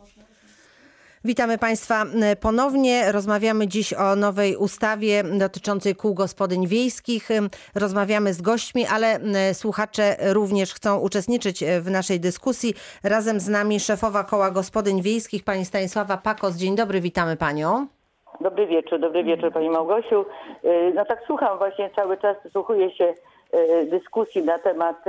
Witamy Państwa ponownie. Rozmawiamy dziś o nowej ustawie dotyczącej kół gospodyń wiejskich. Rozmawiamy z gośćmi, ale słuchacze również chcą uczestniczyć w naszej dyskusji. Razem z nami szefowa Koła Gospodyń Wiejskich, pani Stanisława Pakos. Dzień dobry, witamy panią. Dobry wieczór pani Małgosiu. No tak słucham właśnie cały czas, słuchuję się dyskusji na temat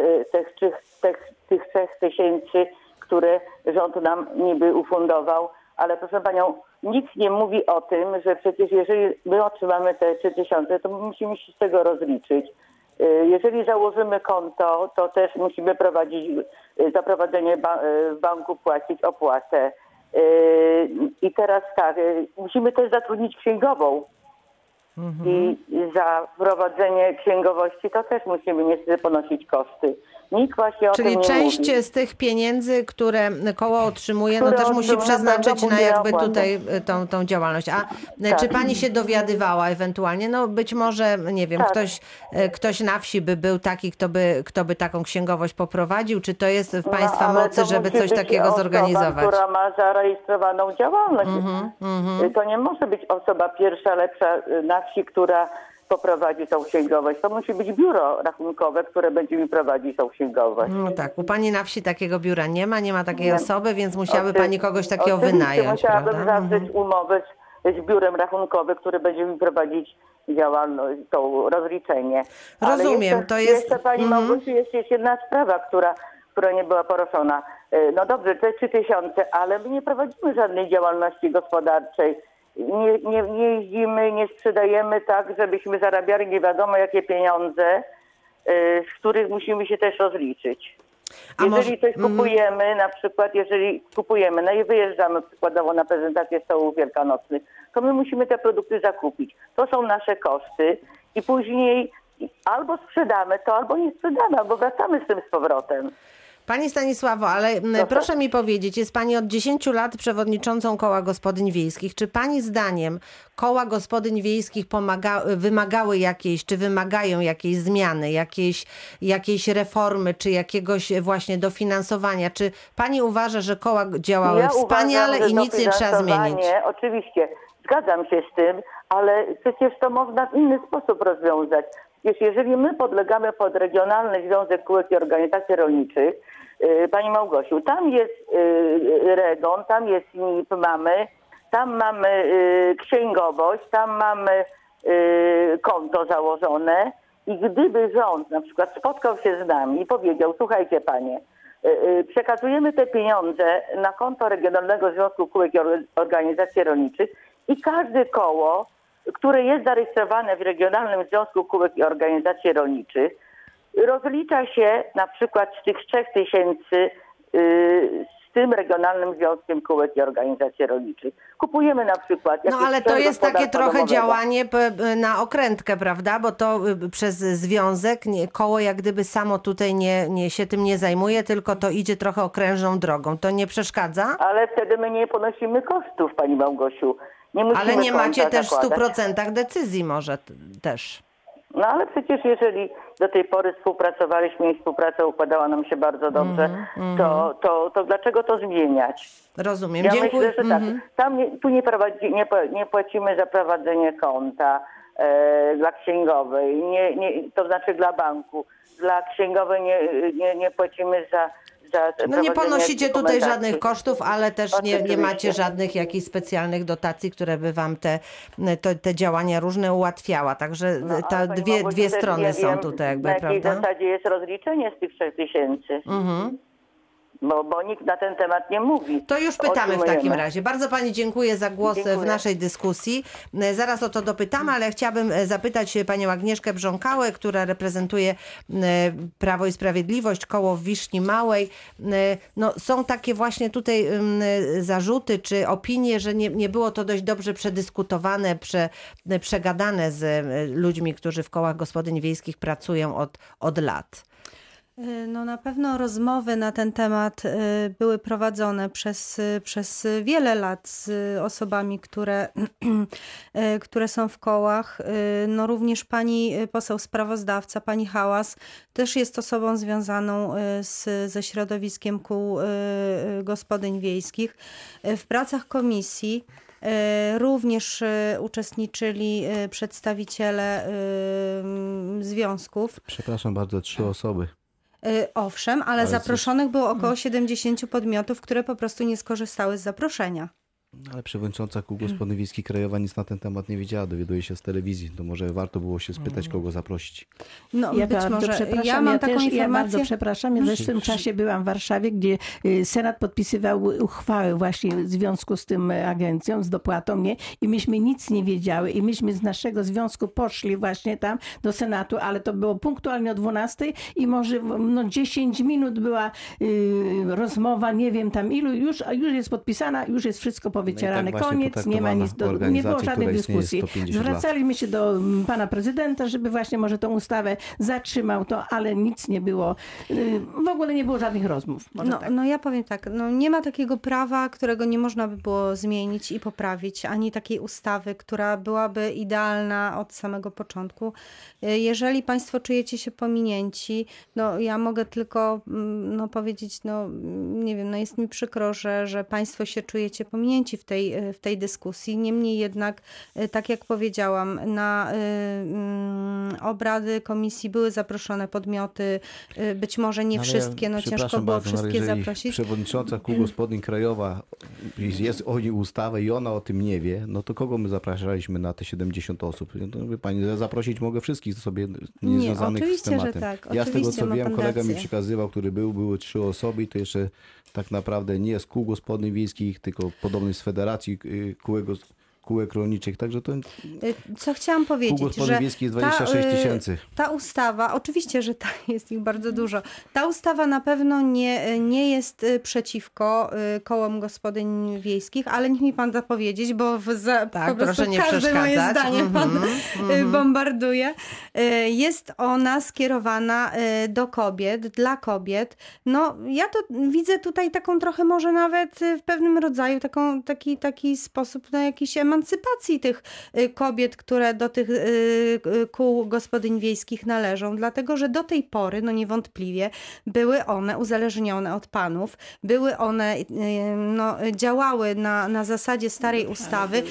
tych 3000, które rząd nam niby ufundował. Ale proszę panią, nikt nie mówi o tym, że przecież jeżeli my otrzymamy te 3000, to musimy się z tego rozliczyć. Jeżeli założymy konto, to też musimy za prowadzenie w banku płacić opłatę. I teraz tak, musimy też zatrudnić księgową. I za prowadzenie księgowości to też musimy niestety ponosić koszty. Nikt właśnie o tym nie mówi. Czyli część z tych pieniędzy, które koło otrzymuje, no też musi przeznaczyć na jakby tutaj tą działalność. A tak. Czy pani się dowiadywała ewentualnie? No być może, nie wiem, tak. ktoś na wsi by był taki, kto by taką księgowość poprowadził? Czy to jest w państwa mocy, żeby coś takiego zorganizować? Która ma zarejestrowaną działalność. To nie może być osoba pierwsza, lepsza na wsi, która poprowadzi tą księgowość. To musi być biuro rachunkowe, które będzie mi prowadzić tą księgowość. No tak, u pani na wsi takiego biura nie ma takiej osoby, więc musiałaby pani kogoś takiego wynająć. Musiałabym zawrzeć umowę z biurem rachunkowym, które będzie mi prowadzić działalność, to rozliczenie. Rozumiem, to jest... Jeszcze pani Małgosiu, jest jedna sprawa, która nie była poruszona. No dobrze, to jest 3000, ale my nie prowadzimy żadnej działalności gospodarczej. Nie jeździmy, nie sprzedajemy tak, żebyśmy zarabiali nie wiadomo jakie pieniądze, z których musimy się też rozliczyć. Jeżeli coś kupujemy, na przykład jeżeli kupujemy, no i wyjeżdżamy przykładowo na prezentację stołów wielkanocnych, to my musimy te produkty zakupić. To są nasze koszty i później albo sprzedamy to, albo nie sprzedamy, albo wracamy z tym z powrotem. Pani Stanisławo, ale proszę mi powiedzieć, jest pani od 10 lat przewodniczącą Koła Gospodyń Wiejskich. Czy pani zdaniem Koła Gospodyń Wiejskich wymagały jakiejś, czy wymagają jakiejś zmiany, jakiejś reformy, czy jakiegoś właśnie dofinansowania? Czy pani uważa, że koła działały wspaniale i nic nie trzeba zmienić? Oczywiście, zgadzam się z tym, ale przecież to można w inny sposób rozwiązać. Jeżeli my podlegamy pod Regionalny Związek Kółek i Organizacji Rolniczych, pani Małgosiu, tam jest REGON, tam jest NIP tam mamy księgowość, tam mamy konto założone i gdyby rząd na przykład spotkał się z nami i powiedział, słuchajcie panie, przekazujemy te pieniądze na konto Regionalnego Związku Kółek i Organizacji Rolniczych i każde koło, które jest zarejestrowane w Regionalnym Związku Kółek i Organizacji Rolniczych, rozlicza się na przykład z tych 3000 z tym Regionalnym Związkiem Kółek i Organizacji Rolniczych. Kupujemy na przykład... No ale to jest takie trochę działanie na okrętkę, prawda? Bo to przez związek koło jak gdyby samo tutaj się tym nie zajmuje, tylko to idzie trochę okrężną drogą. To nie przeszkadza? Ale wtedy my nie ponosimy kosztów, pani Małgosiu. Ale nie macie też w 100% decyzji może też. No ale przecież jeżeli do tej pory współpracowaliśmy i współpraca układała nam się bardzo dobrze, to dlaczego to zmieniać? Rozumiem, ja dziękuję. Myślę, że tak. Tu nie płacimy za prowadzenie konta dla księgowej, to znaczy dla banku. Dla księgowej nie płacimy za no nie ponosicie tutaj żadnych kosztów, ale też nie macie żadnych jakichś specjalnych dotacji, które by wam te działania różne ułatwiała. Także dwie strony są tutaj jakby, na prawda? W jakiej zasadzie jest rozliczenie z tych 3000? Bo nikt na ten temat nie mówi. To już pytamy w takim razie. Bardzo pani dziękuję za głos w naszej dyskusji. Zaraz o to dopytamy, ale chciałabym zapytać panią Agnieszkę Brząkałę, która reprezentuje Prawo i Sprawiedliwość, koło w Wiszni Małej. No, są takie właśnie tutaj zarzuty czy opinie, że nie było to dość dobrze przedyskutowane, przegadane z ludźmi, którzy w kołach gospodyń wiejskich pracują od lat. No na pewno rozmowy na ten temat były prowadzone przez wiele lat z osobami, które są w kołach. No również pani poseł sprawozdawca, pani Hałas, też jest osobą związaną ze środowiskiem kół gospodyń wiejskich. W pracach komisji również uczestniczyli przedstawiciele związków. Przepraszam bardzo, 3 osoby. Owszem, ale zaproszonych było około 70 podmiotów, które po prostu nie skorzystały z zaproszenia. Ale przewodnicząca Kół Gospodyń Wiejskich Krajowa nic na ten temat nie wiedziała, dowiaduje się z telewizji. To może warto było się spytać, kogo zaprosić. No, Ja być bardzo może. przepraszam, Ja mam taką informację. Ja bardzo przepraszam. Ja też w tym czasie byłam w Warszawie, gdzie Senat podpisywał uchwałę właśnie w związku z tym agencją, z dopłatą, nie? I myśmy nic nie wiedziały i myśmy z naszego związku poszli właśnie tam do Senatu, ale to było punktualnie o 12 i może 10 minut była rozmowa, nie wiem tam ilu, już jest podpisana, już jest wszystko wycierany, koniec, nie ma nic, nie było żadnej dyskusji. Zwracaliśmy się do pana prezydenta, żeby właśnie może tą ustawę zatrzymał to, ale nic nie było, w ogóle nie było żadnych rozmów. No ja powiem tak, nie ma takiego prawa, którego nie można by było zmienić i poprawić, ani takiej ustawy, która byłaby idealna od samego początku. Jeżeli państwo czujecie się pominięci, ja mogę tylko powiedzieć, nie wiem, jest mi przykro, że państwo się czujecie pominięci w tej dyskusji. Niemniej jednak, tak jak powiedziałam, na obrady komisji były zaproszone podmioty, być może nie wszystkie, ciężko było wszystkie zaprosić. Przewodnicząca Kół Gospodyń Krajowa, jest o niej ustawa i ona o tym nie wie, to kogo my zapraszaliśmy na te 70 osób? Wie pani, zaprosić mogę wszystkich sobie niezwiązanych z tematem. Że tak. Ja z tego co wiem, kolega mi przekazywał, który były 3 osoby i to jeszcze tak naprawdę nie z Kół Gospodyń Wiejskich, tylko podobny z Federacji Kółek Rolniczych, także to... Co chciałam powiedzieć, Kół Gospodyń Wiejskich jest 26 000. Ta ustawa, oczywiście, że jest ich bardzo dużo. Ta ustawa na pewno nie jest przeciwko kołom gospodyń wiejskich, ale niech mi pan da powiedzieć, bo po prostu każde moje zdanie pan bombarduje. Jest ona skierowana do kobiet, dla kobiet. Ja to widzę tutaj taką trochę może nawet w pewnym rodzaju taki sposób jakiś emancypacji tych kobiet, które do tych kół gospodyń wiejskich należą, dlatego że do tej pory, niewątpliwie, były one uzależnione od panów, były one, działały na zasadzie starej ustawy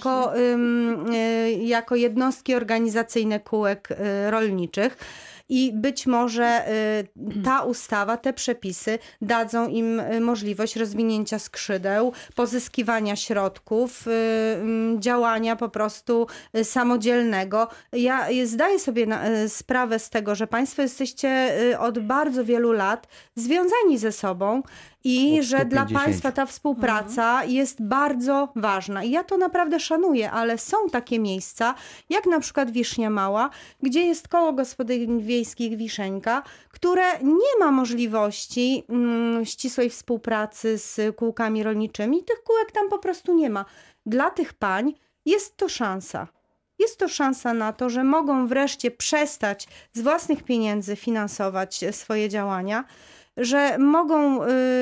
jako jednostki organizacyjne kółek rolniczych. I być może ta ustawa, te przepisy dadzą im możliwość rozwinięcia skrzydeł, pozyskiwania środków, działania po prostu samodzielnego. Ja zdaję sobie sprawę z tego, że państwo jesteście od bardzo wielu lat związani ze sobą i że dla państwa ta współpraca jest bardzo ważna. I ja to naprawdę szanuję, ale są takie miejsca, jak na przykład Wisznia Mała, gdzie jest koło gospodyń wiejskich Wiszeńka, które nie ma możliwości ścisłej współpracy z kółkami rolniczymi. I tych kółek tam po prostu nie ma. Dla tych pań jest to szansa. Jest to szansa na to, że mogą wreszcie przestać z własnych pieniędzy finansować swoje działania, że mogą,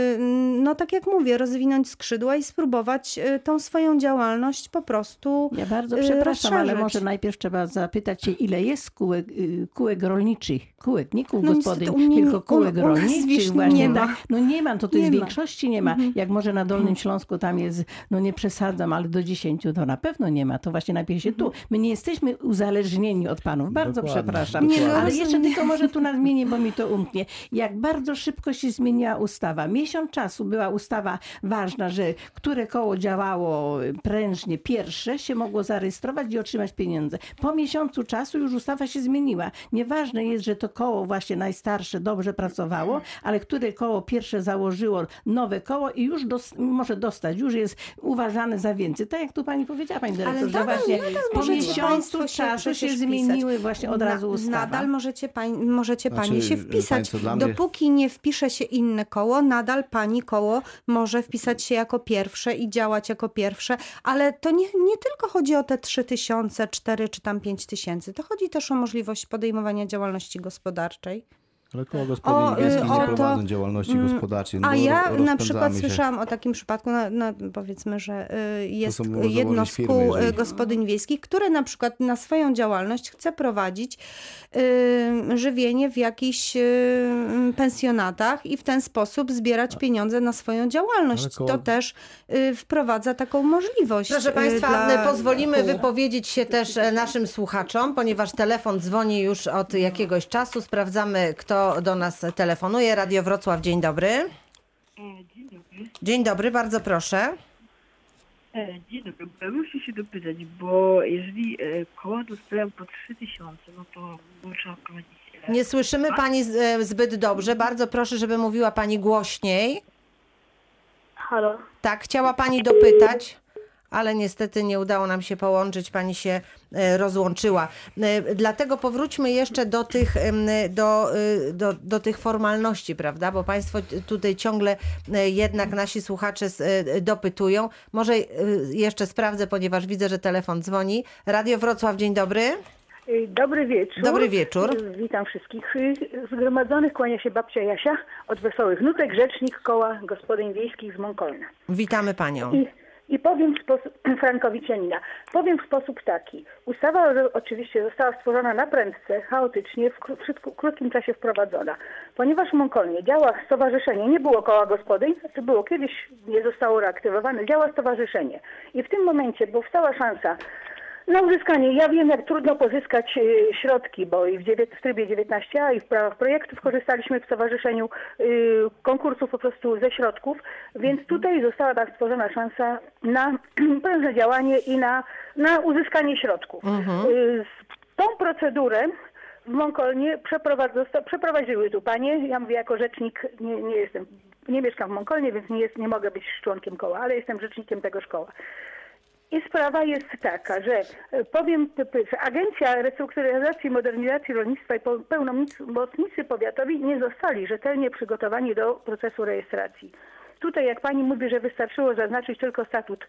tak jak mówię, rozwinąć skrzydła i spróbować tą swoją działalność po prostu Ja bardzo przepraszam, rozszerzyć. ale może najpierw trzeba zapytać się, ile jest kółek rolniczych. Kółek, nie kół gospodyń, tylko kółek rolniczych. Nie ma. Nie ma, to jest w większości nie ma. Jak może na Dolnym Śląsku tam jest, nie przesadzam, ale do 10 to na pewno nie ma. To właśnie najpierw się tu. My nie jesteśmy uzależnieni od panów. Bardzo przepraszam. Ale jeszcze tylko może tu nadmienię, bo mi to umknie. Jak bardzo szybko się zmieniła ustawa. Miesiąc czasu była ustawa ważna, że które koło działało prężnie pierwsze się mogło zarejestrować i otrzymać pieniądze. Po miesiącu czasu już ustawa się zmieniła. Nieważne jest, że to koło właśnie najstarsze dobrze pracowało, ale które koło pierwsze założyło nowe koło i już może dostać, już jest uważane za więcej. Tak jak tu pani powiedziała, pani dyrektor, że właśnie po miesiącu czasu się zmieniły właśnie od razu ustawy. Nadal możecie pani się wpisać. Dopóki nie wpisze się inne koło, nadal pani koło może wpisać się jako pierwsze i działać jako pierwsze, ale to nie tylko chodzi o te 3000, 4 czy tam 5000. To chodzi też o możliwość podejmowania działalności gospodarczej. Ale koło gospodyń wiejskich nie prowadzą działalności gospodarczej. A ja na przykład słyszałam o takim przypadku, powiedzmy, że jest jedno z kół gospodyń wiejskich, które na przykład na swoją działalność chce prowadzić żywienie w jakichś pensjonatach i w ten sposób zbierać pieniądze na swoją działalność. To też wprowadza taką możliwość. Proszę Państwa, pozwolimy wypowiedzieć się też naszym słuchaczom, ponieważ telefon dzwoni już od jakiegoś czasu. Sprawdzamy, kto do nas telefonuje. Radio Wrocław, dzień dobry. Dzień dobry. Dzień dobry, bardzo proszę. Dzień dobry. Muszę się dopytać, bo jeżeli koła dostają po 3000, no to trzeba prowadzić... Nie słyszymy Pani zbyt dobrze. Bardzo proszę, żeby mówiła Pani głośniej. Halo? Tak, chciała Pani dopytać, ale niestety nie udało nam się połączyć, Pani się rozłączyła. Dlatego powróćmy jeszcze do tych formalności, prawda? Bo Państwo tutaj ciągle jednak nasi słuchacze dopytują. Może jeszcze sprawdzę, ponieważ widzę, że telefon dzwoni. Radio Wrocław, dzień dobry. Dobry wieczór. Dobry wieczór. Witam wszystkich zgromadzonych. Kłania się babcia Jasia od Wesołych Nutek, rzecznik Koła Gospodyń Wiejskich z Mąkolna. Witamy Panią. I powiem w sposób, Frankowiczanina, powiem w sposób taki. Ustawa oczywiście została stworzona na prędce, chaotycznie, w krótkim czasie wprowadzona. Ponieważ w Mąkolnie działa stowarzyszenie, nie było koła gospodyń, to było kiedyś, nie zostało reaktywowane, działa stowarzyszenie. I w tym momencie powstała szansa na uzyskanie, ja wiem, jak trudno pozyskać środki, bo i w trybie 19a i w prawach projektów korzystaliśmy w stowarzyszeniu konkursów po prostu ze środków, więc tutaj została tak stworzona szansa na prężne działanie i na uzyskanie środków. Tą procedurę w Mąkolnie przeprowadziły tu panie, ja mówię jako rzecznik, nie mieszkam w Mąkolnie, więc nie mogę być członkiem koła, ale jestem rzecznikiem tego koła. I sprawa jest taka, że Agencja Restrukturyzacji i Modernizacji Rolnictwa i pełnomocnicy powiatowi nie zostali rzetelnie przygotowani do procesu rejestracji. Tutaj jak pani mówi, że wystarczyło zaznaczyć tylko statut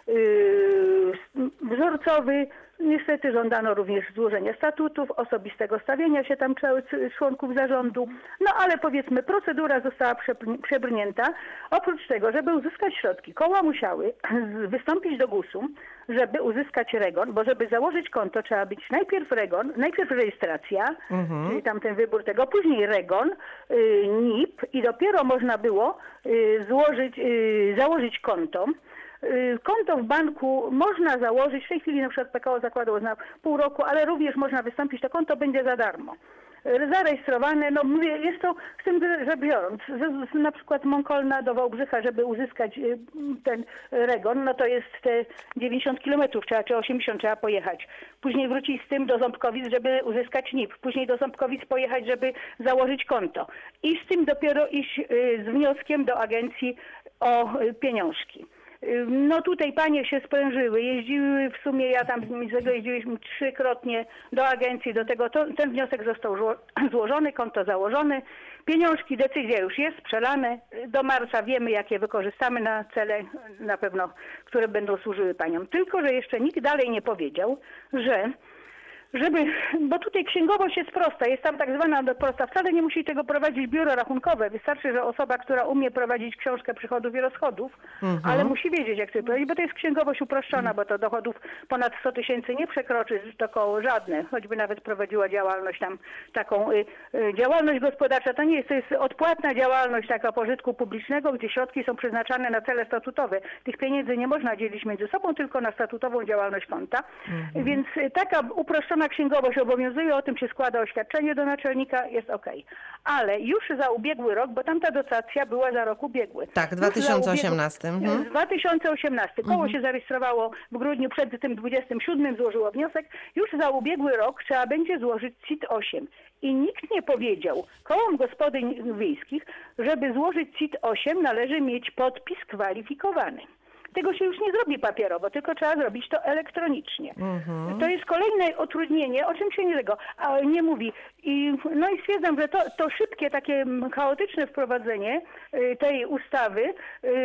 wzorcowy, niestety żądano również złożenia statutów, osobistego stawienia się tam członków zarządu, no ale powiedzmy procedura została przebrnięta. Oprócz tego, żeby uzyskać środki, koła musiały wystąpić do GUS-u, żeby uzyskać REGON, bo żeby założyć konto trzeba być najpierw REGON, najpierw rejestracja, czyli tam ten wybór tego, później REGON, NIP i dopiero można było założyć konto. Konto w banku można założyć, w tej chwili na przykład PKO zakładało na pół roku, ale również można wystąpić, to konto będzie za darmo. Zarejestrowane, no mówię, jest to z tym, że biorąc na przykład Mąkolna do Wałbrzycha, żeby uzyskać ten REGON, no to jest te 90 kilometrów czy 80 trzeba pojechać. Później wrócić z tym do Ząbkowic, żeby uzyskać NIP. Później do Ząbkowic pojechać, żeby założyć konto. I z tym dopiero iść z wnioskiem do agencji o pieniążki. No tutaj panie się sprężyły, jeździły w sumie, ja tam jeździłyśmy 3-krotnie do agencji, do tego ten wniosek został złożony, konto założone, pieniążki, decyzja już jest przelane, do marca wiemy jakie wykorzystamy na cele na pewno, które będą służyły paniom. Tylko, że jeszcze nikt dalej nie powiedział, bo tutaj księgowość jest prosta, jest tam tak zwana prosta, wcale nie musi tego prowadzić biuro rachunkowe, wystarczy, że osoba, która umie prowadzić książkę przychodów i rozchodów, ale musi wiedzieć jak to prowadzić, bo to jest księgowość uproszczona, bo to dochodów ponad 100 000 nie przekroczy, to koło żadne, choćby nawet prowadziła działalność tam taką, działalność gospodarcza, to nie jest, to jest odpłatna działalność taka pożytku publicznego, gdzie środki są przeznaczane na cele statutowe. Tych pieniędzy nie można dzielić między sobą, tylko na statutową działalność konta, więc taka uproszczona księgowość obowiązuje, o tym się składa oświadczenie do naczelnika, jest okej. Ale już za ubiegły rok, bo tamta dotacja była za rok ubiegły. Tak, 2018. 2018. Koło się zarejestrowało w grudniu, przed tym 27 złożyło wniosek. Już za ubiegły rok trzeba będzie złożyć CIT-8. I nikt nie powiedział kołom gospodyń wiejskich, żeby złożyć CIT-8 należy mieć podpis kwalifikowany. tego się już nie zrobi papierowo, tylko trzeba zrobić to elektronicznie. To jest kolejne utrudnienie, o czym się nie mówi. No i stwierdzam, że to szybkie, takie chaotyczne wprowadzenie tej ustawy,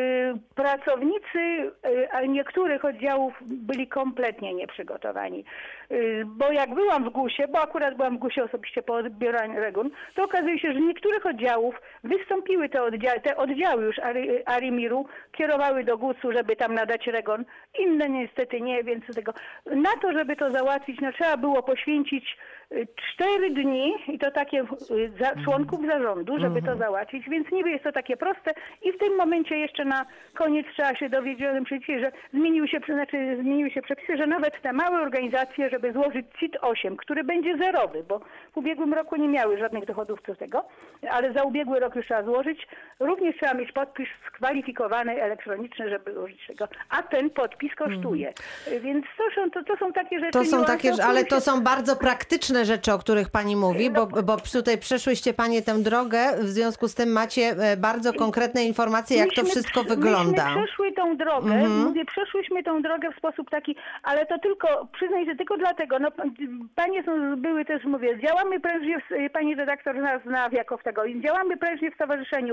pracownicy niektórych oddziałów byli kompletnie nieprzygotowani. Bo jak byłam w GUS-ie, bo akurat byłam w GUS-ie osobiście po odbieraniu REGON, to okazuje się, że niektórych oddziałów wystąpiły te oddziały już ARiMiR-u, kierowały do GUS-u, żeby tam nadać REGON. Inne niestety nie, więc na to, żeby to załatwić, no trzeba było poświęcić 4 dni i to takie członków zarządu, żeby to załatwić, więc niby jest to takie proste i w tym momencie jeszcze na koniec trzeba się dowiedzieć o tym przecież, że zmieniły się przepisy, że nawet te małe organizacje, żeby złożyć CIT-8, który będzie zerowy, bo w ubiegłym roku nie miały żadnych dochodów z tego, ale za ubiegły rok już trzeba złożyć, również trzeba mieć podpis skwalifikowany elektroniczny, żeby złożyć tego, a ten podpis kosztuje. Więc to są takie rzeczy. Ale to są bardzo praktyczne rzeczy, o których pani mówi, bo tutaj przeszłyście panie tę drogę, w związku z tym macie bardzo konkretne informacje, jak to wszystko wygląda. Myśmy przeszły tą drogę, przeszłyśmy tą drogę w sposób taki, ale to tylko, przyznaj, że tylko dlatego, no panie były też, mówię, działamy prężnie, pani redaktor nas zna jako w tego, działamy prężnie w stowarzyszeniu,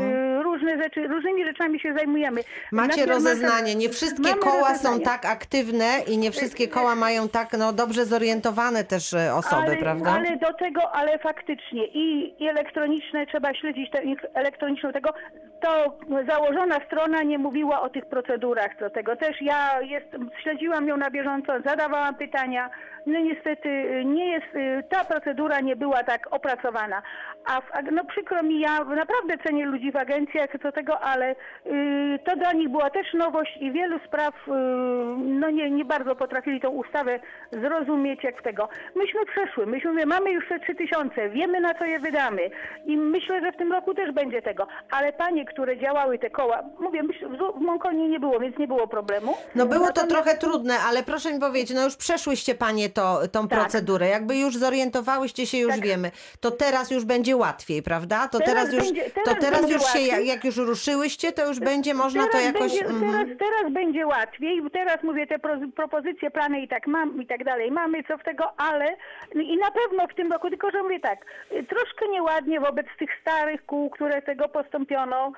różnymi rzeczami się zajmujemy. Macie rozeznanie, nie wszystkie koła są tak aktywne i nie wszystkie koła mają tak dobrze zorientowane też osoby, prawda? Ale do tego, ale faktycznie i elektroniczne, trzeba śledzić elektroniczną tego, to założona strona nie mówiła o tych procedurach, do tego też ja śledziłam ją na bieżąco, zadawałam pytania, no niestety ta procedura nie była tak opracowana, no przykro mi, ja naprawdę cenię ludzi w agencjach do tego, ale to dla nich była też nowość i wielu spraw, no nie bardzo potrafili tą ustawę zrozumieć jak tego. Myśmy przeszły, mamy już te 3000, wiemy na co je wydamy i myślę, że w tym roku też będzie tego, ale panie, które działały te koła, mówię, w Mąkonie nie było, więc nie było problemu. No było to trochę trudne, ale proszę mi powiedzieć, no już przeszłyście panie tą procedurę, jakby już zorientowałyście się, już wiemy, to teraz już będzie łatwiej, prawda? Teraz już się, jak już ruszyłyście, to już będzie można to jakoś... Teraz będzie łatwiej, teraz mówię, te propozycje, plany i tak dalej mamy, co w tego, ale i na pewno w tym roku, tylko że mówię tak, troszkę nieładnie wobec tych starych kół, które tego postąpiono,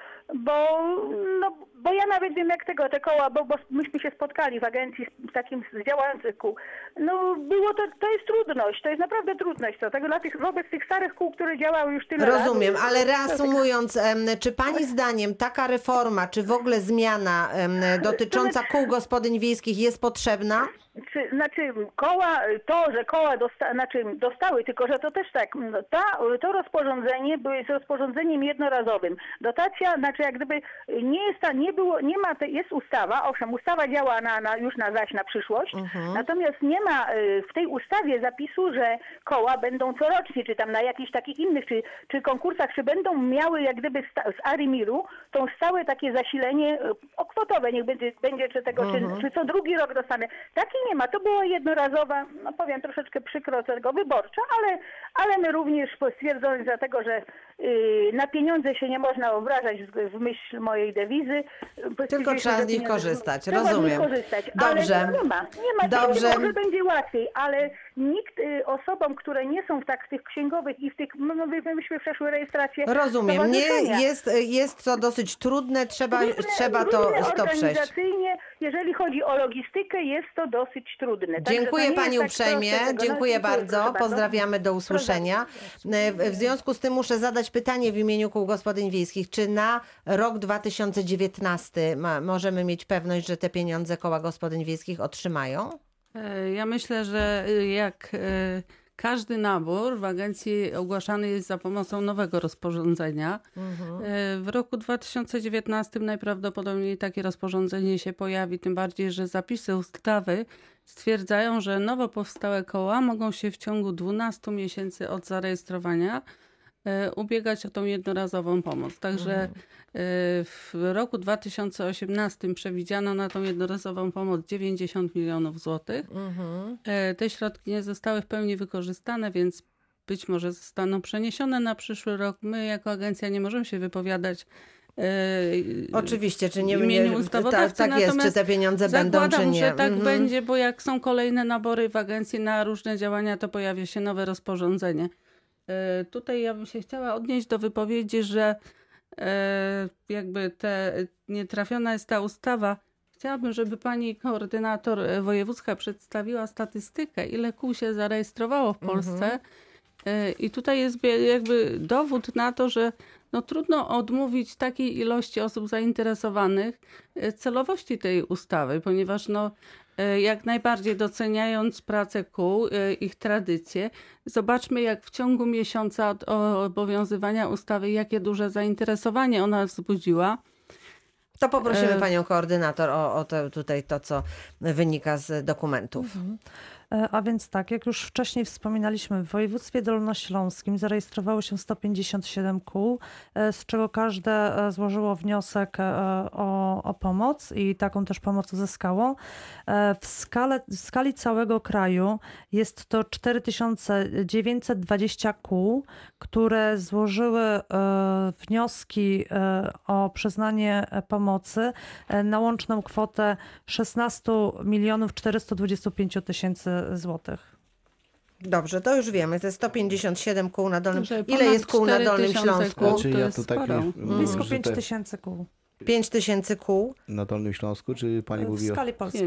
bo ja nawet wiem jak te koła, bo myśmy się spotkali w agencji z takim z działających kół. No było to jest trudność, to jest naprawdę trudność wobec tych starych kół, które działały już tyle lat. Rozumiem, ale reasumując, czy pani zdaniem taka reforma, czy w ogóle zmiana dotycząca kół gospodyń wiejskich jest potrzebna? Koła, że koła dostały, tylko że to też tak, to rozporządzenie było z rozporządzeniem jednorazowym. Dotacja, jak gdyby jest ustawa, owszem, ustawa działa już na przyszłość, natomiast nie ma w tej ustawie zapisu, że koła będą corocznie, czy tam na jakichś takich innych, czy konkursach, czy będą miały jak gdyby z ARiMiR-u tą stałe takie zasilenie kwotowe, niech będzie czy co drugi rok dostanę. Takiej nie ma, to była jednorazowa, no powiem troszeczkę przykro tego wyborcza, ale my również stwierdzono dlatego, że na pieniądze się nie można obrażać w myśl mojej dewizy. Tylko trzeba z nich korzystać, rozumiem. Dobrze. Ale nie ma. Dobrze. Może będzie łatwiej, ale nikt osobom, które nie są w tych księgowych i w tych, myśmy przeszły rejestrację. Rozumiem. Jest to dosyć trudne, trzeba to przejść. Organizacyjnie, jeżeli chodzi o logistykę, jest to dosyć trudne. Dziękuję pani uprzejmie, dziękuję bardzo, pozdrawiamy, do usłyszenia. W związku z tym muszę zadać pytanie w imieniu kół gospodyń wiejskich, czy na rok 2019 możemy mieć pewność, że te pieniądze koła gospodyń wiejskich otrzymają? Ja myślę, że jak każdy nabór w agencji ogłaszany jest za pomocą nowego rozporządzenia. W roku 2019 najprawdopodobniej takie rozporządzenie się pojawi, tym bardziej, że zapisy ustawy stwierdzają, że nowo powstałe koła mogą się w ciągu 12 miesięcy od zarejestrowania ubiegać o tą jednorazową pomoc. Także w roku 2018 przewidziano na tą jednorazową pomoc 90 milionów złotych. Te środki nie zostały w pełni wykorzystane, więc być może zostaną przeniesione na przyszły rok. My jako agencja nie możemy się wypowiadać Oczywiście, czy w nie imieniu ustawodawcy. Tak jest, czy Natomiast te pieniądze będą, czy nie. że tak będzie, bo jak są kolejne nabory w agencji na różne działania, to pojawi się nowe rozporządzenie. Tutaj ja bym się chciała odnieść do wypowiedzi, że jakby nie trafiona jest ta ustawa. Chciałabym, żeby pani koordynator wojewódzka przedstawiła statystykę, ile kół się zarejestrowało w Polsce. I tutaj jest jakby dowód na to, że no trudno odmówić takiej ilości osób zainteresowanych celowości tej ustawy, ponieważ no, jak najbardziej doceniając pracę kół, ich tradycje, zobaczmy jak w ciągu miesiąca od obowiązywania ustawy, jakie duże zainteresowanie ona wzbudziła. To poprosimy panią koordynator o to, co wynika z dokumentów. A więc tak, jak już wcześniej wspominaliśmy, w województwie dolnośląskim zarejestrowało się 157 kół, z czego każde złożyło wniosek o pomoc i taką też pomoc uzyskało. W skali całego kraju jest to 4920 kół, które złożyły wnioski o przyznanie pomocy na łączną kwotę 16 425 000 złotych. Dobrze, to już wiemy. To jest 157 kół na Dolnym Śląsku. Ile jest kół na Dolnym Śląsku? Blisko 5000 kół. 5000 kół? Na Dolnym Śląsku, czy pani mówi w skali polskiej?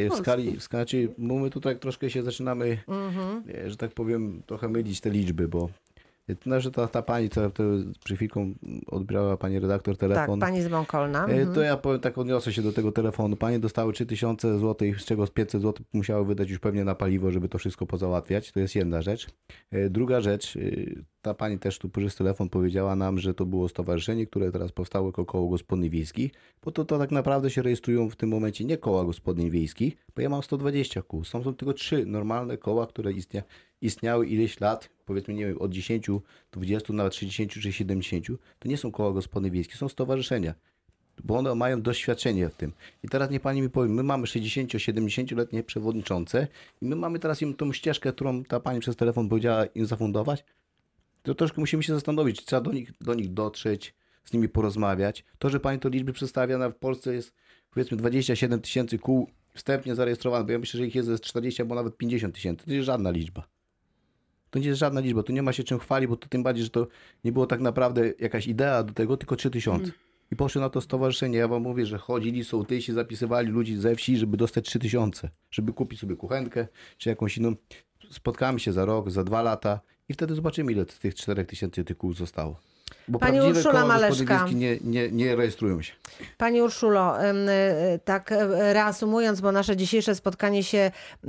W skali, bo my tutaj troszkę się zaczynamy, że tak powiem, trochę mylić te liczby, bo że ta pani, to przed chwilką odbrała pani redaktor telefon. Tak, pani z Mąkolna. To ja powiem tak, odniosę się do tego telefonu. Panie dostały 3000 zł, z czego z 500 zł musiały wydać już pewnie na paliwo, żeby to wszystko pozałatwiać. To jest jedna rzecz. Druga rzecz, ta pani też tu przez telefon powiedziała nam, że to było stowarzyszenie, które teraz powstało jako koło gospodyń wiejskich, bo to tak naprawdę się rejestrują w tym momencie nie koła gospodyń wiejskich, bo ja mam 120 kół. Są tylko 3 normalne koła, które istniały ileś lat, powiedzmy, nie wiem, od 10, 20, nawet 60 czy 70, to nie są koła gospodyń wiejskich, są stowarzyszenia, bo one mają doświadczenie w tym. I teraz niech pani mi powie, my mamy 60-70-letnie przewodniczące i my mamy teraz im tą ścieżkę, którą ta pani przez telefon powiedziała im zafundować, to troszkę musimy się zastanowić, czy trzeba do nich dotrzeć, z nimi porozmawiać. To, że pani to liczby przedstawia, w Polsce jest powiedzmy 27 000 kół wstępnie zarejestrowanych, bo ja myślę, że ich jest 40 albo nawet 50 000. To nie jest żadna liczba. To nie jest żadna liczba, tu nie ma się czym chwalić, bo to tym bardziej, że to nie było tak naprawdę jakaś idea do tego, tylko 3000. I poszły na to stowarzyszenie. Ja wam mówię, że chodzili sołtysi, zapisywali ludzi ze wsi, żeby dostać 3000, żeby kupić sobie kuchenkę czy jakąś inną. Spotkamy się za rok, za 2 lata i wtedy zobaczymy, ile z tych 4000 tych kół zostało. Bo pani Urszula Maleszka nie rejestrują się. Pani Urszulo, tak reasumując, bo nasze dzisiejsze spotkanie się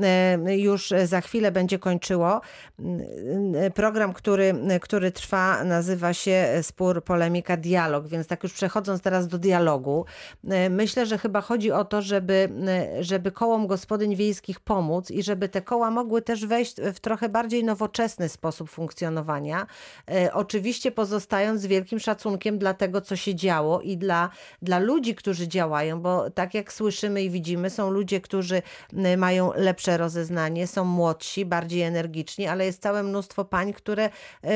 już za chwilę będzie kończyło. Program, który trwa, nazywa się Spór, Polemika, Dialog, więc tak już przechodząc teraz do dialogu, myślę, że chyba chodzi o to, żeby kołom gospodyń wiejskich pomóc i żeby te koła mogły też wejść w trochę bardziej nowoczesny sposób funkcjonowania. Oczywiście pozostając z wielkim szacunkiem dla tego, co się działo i dla ludzi, którzy działają, bo tak jak słyszymy i widzimy, są ludzie, którzy mają lepsze rozeznanie, są młodsi, bardziej energiczni, ale jest całe mnóstwo pań, które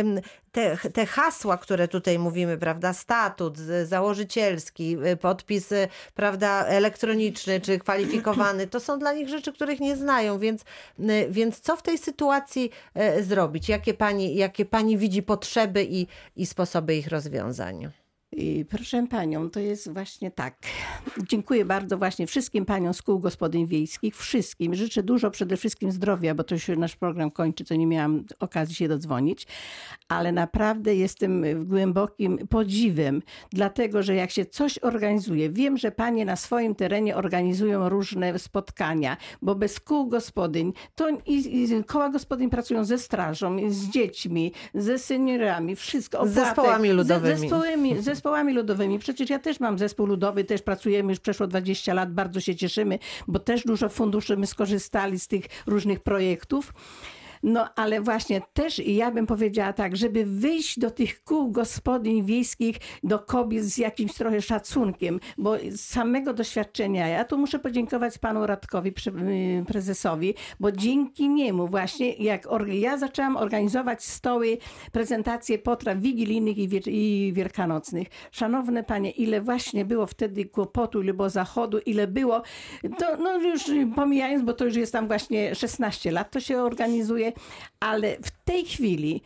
te hasła, które tutaj mówimy, prawda, statut założycielski, podpis, prawda, elektroniczny czy kwalifikowany, to są dla nich rzeczy, których nie znają, więc co w tej sytuacji zrobić? Jakie pani widzi potrzeby i sposoby ich rozwiązań? I proszę panią, to jest właśnie tak. Dziękuję bardzo właśnie wszystkim paniom z kół gospodyń wiejskich, wszystkim. Życzę dużo przede wszystkim zdrowia, bo to już nasz program kończy, co nie miałam okazji się dodzwonić, ale naprawdę jestem głębokim podziwem, dlatego, że jak się coś organizuje, wiem, że panie na swoim terenie organizują różne spotkania, bo bez kół gospodyń, to i koła gospodyń pracują ze strażą, z dziećmi, ze seniorami, wszystko. Z zespołami ludowymi. Zespołami ludowymi. Przecież ja też mam zespół ludowy, też pracujemy, już przeszło 20 lat, bardzo się cieszymy, bo też dużo funduszy my skorzystali z tych różnych projektów. No ale właśnie też ja bym powiedziała tak, żeby wyjść do tych kół gospodyń wiejskich, do kobiet z jakimś trochę szacunkiem, bo z samego doświadczenia, ja tu muszę podziękować panu Radkowi, prezesowi, bo dzięki niemu właśnie, jak ja zaczęłam organizować stoły, prezentacje potraw wigilijnych i wielkanocnych. Szanowne panie, ile właśnie było wtedy kłopotu, ile było zachodu, ile było, to no już pomijając, bo to już jest tam właśnie 16 lat, to się organizuje, ale w tej chwili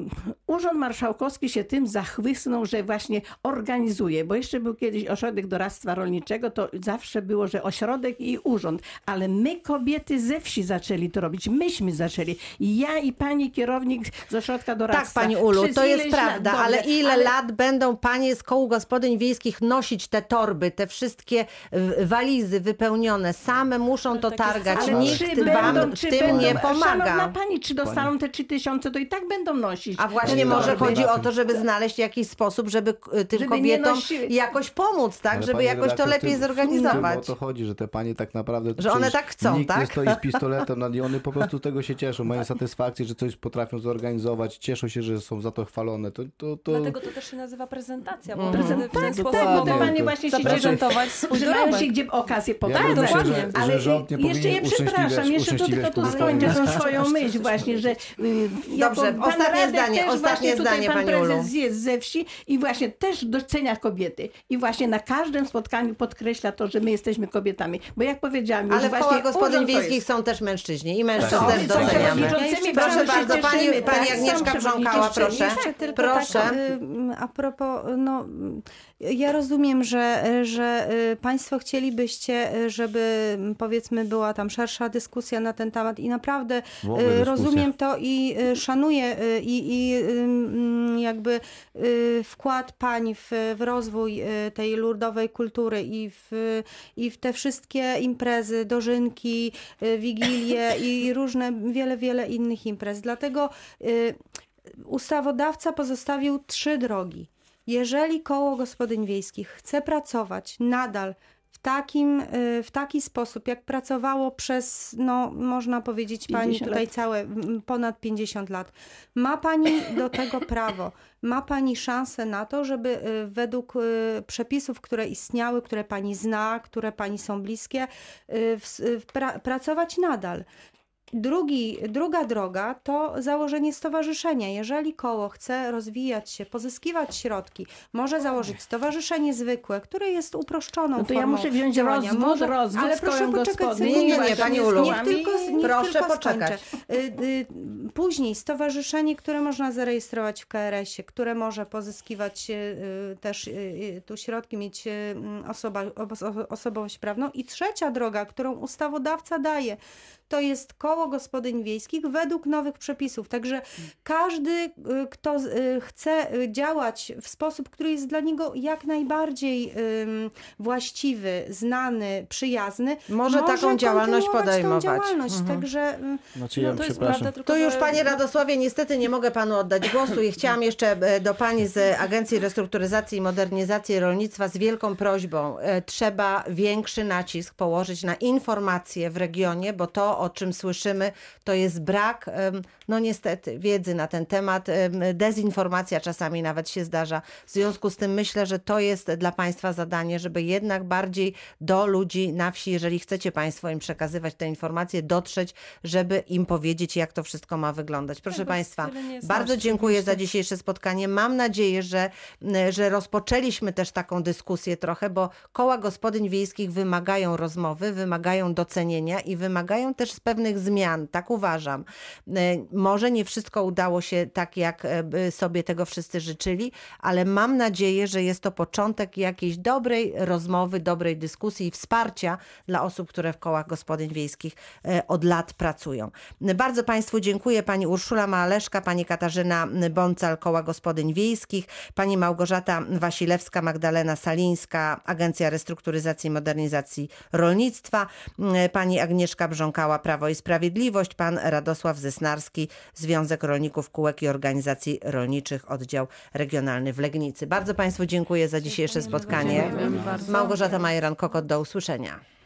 Urząd Marszałkowski się tym zachłysnął, że właśnie organizuje, bo jeszcze był kiedyś ośrodek doradztwa rolniczego, to zawsze było, że ośrodek i urząd, ale my kobiety ze wsi zaczęli to robić, myśmy zaczęli. Ja i pani kierownik z ośrodka doradztwa. Tak, pani Ulu, to jest prawda, dobrze, ale ile lat będą panie z koł gospodyń wiejskich nosić te torby, te wszystkie walizy wypełnione, same muszą to targać, ale nikt wam w tym nie pomaga. Szanowna pani, czy dostaną te 3000, to i tak będą nosić. A właśnie może chodzi o to, żeby znaleźć jakiś sposób, żeby tym kobietom jakoś pomóc, tak? Ale żeby jakoś to lepiej zorganizować. O to chodzi, że te panie tak naprawdę... Że one tak chcą, nikt tak? nie stoi z pistoletem nad nimi, one po prostu tego się cieszą, mają satysfakcję, że coś potrafią zorganizować, cieszą się, że są za to chwalone. Dlatego to też się nazywa prezentacja, bo w ten sposób panie właśnie się zaprezentować swój dorobek. się gdzie okazję pokazać. Ja dokładnie. myślę, ale że rząd nie jeszcze ja przepraszam, jeszcze to tylko tu skończę tą swoją myśl właśnie, że Dobrze, ostatnie zdanie pan pani Ulu. prezes jest ze wsi i właśnie też docenia kobiety. I właśnie na każdym spotkaniu podkreśla to, że my jesteśmy kobietami. Bo jak powiedziałam już ale w kołach gospodyń wiejskich są też mężczyźni i mężczyzn też doceniamy. Proszę bardzo, pani Agnieszka Brząkała, proszę. Jeszcze tylko proszę. Tak, a propos, no, ja rozumiem, że państwo chcielibyście, żeby powiedzmy była tam szersza dyskusja na ten temat i naprawdę rozumiem to i szanuję i jakby wkład pań w rozwój tej lurdowej kultury i w te wszystkie imprezy, dożynki, wigilie i różne, wiele innych imprez. Dlatego ustawodawca pozostawił 3 drogi. Jeżeli koło gospodyń wiejskich chce pracować nadal w taki sposób, jak pracowało przez, no można powiedzieć pani tutaj ponad 50 lat, ma pani do tego prawo. Ma pani szansę na to, żeby według przepisów, które istniały, które pani zna, które pani są bliskie, pracować nadal. Druga droga to założenie stowarzyszenia. Jeżeli koło chce rozwijać się, pozyskiwać środki, może założyć stowarzyszenie zwykłe, które jest uproszczoną formą. To ja muszę wziąć rozwód ale z proszę poczekać. Nie, pani Ulu. Proszę poczekać. Później stowarzyszenie, które można zarejestrować w KRS-ie, które może pozyskiwać też tu środki, mieć osobowość prawną. I trzecia droga, którą ustawodawca daje, to jest koło gospodyń wiejskich według nowych przepisów. Także każdy, kto chce działać w sposób, który jest dla niego jak najbardziej właściwy, znany, przyjazny, może taką działalność podejmować. Także to już panie Radosławie, niestety nie mogę panu oddać głosu i chciałam jeszcze do pani z Agencji Restrukturyzacji i Modernizacji Rolnictwa z wielką prośbą. Trzeba większy nacisk położyć na informacje w regionie, bo to, o czym słyszymy, to jest brak, no niestety, wiedzy na ten temat. Dezinformacja czasami nawet się zdarza. W związku z tym myślę, że to jest dla państwa zadanie, żeby jednak bardziej do ludzi na wsi, jeżeli chcecie państwo im przekazywać te informacje, dotrzeć, żeby im powiedzieć, jak to wszystko ma wyglądać. Proszę państwa, bardzo dziękuję za dzisiejsze spotkanie. Mam nadzieję, że rozpoczęliśmy też taką dyskusję trochę, bo koła gospodyń wiejskich wymagają rozmowy, wymagają docenienia i wymagają też pewnych zmian, tak uważam. Może nie wszystko udało się tak, jak sobie tego wszyscy życzyli, ale mam nadzieję, że jest to początek jakiejś dobrej rozmowy, dobrej dyskusji i wsparcia dla osób, które w kołach gospodyń wiejskich od lat pracują. Bardzo państwu dziękuję. Pani Urszula Małeszka, pani Katarzyna Boncal, koła gospodyń wiejskich, pani Małgorzata Wasilewska, Magdalena Salińska, Agencja Restrukturyzacji i Modernizacji Rolnictwa, pani Agnieszka Brząkała, Prawo i Sprawiedliwość, pan Radosław Zysnarski, Związek Rolników Kółek i Organizacji Rolniczych, Oddział Regionalny w Legnicy. Bardzo państwu dziękuję za dzisiejsze spotkanie. Małgorzata Majeran-Kokot, do usłyszenia.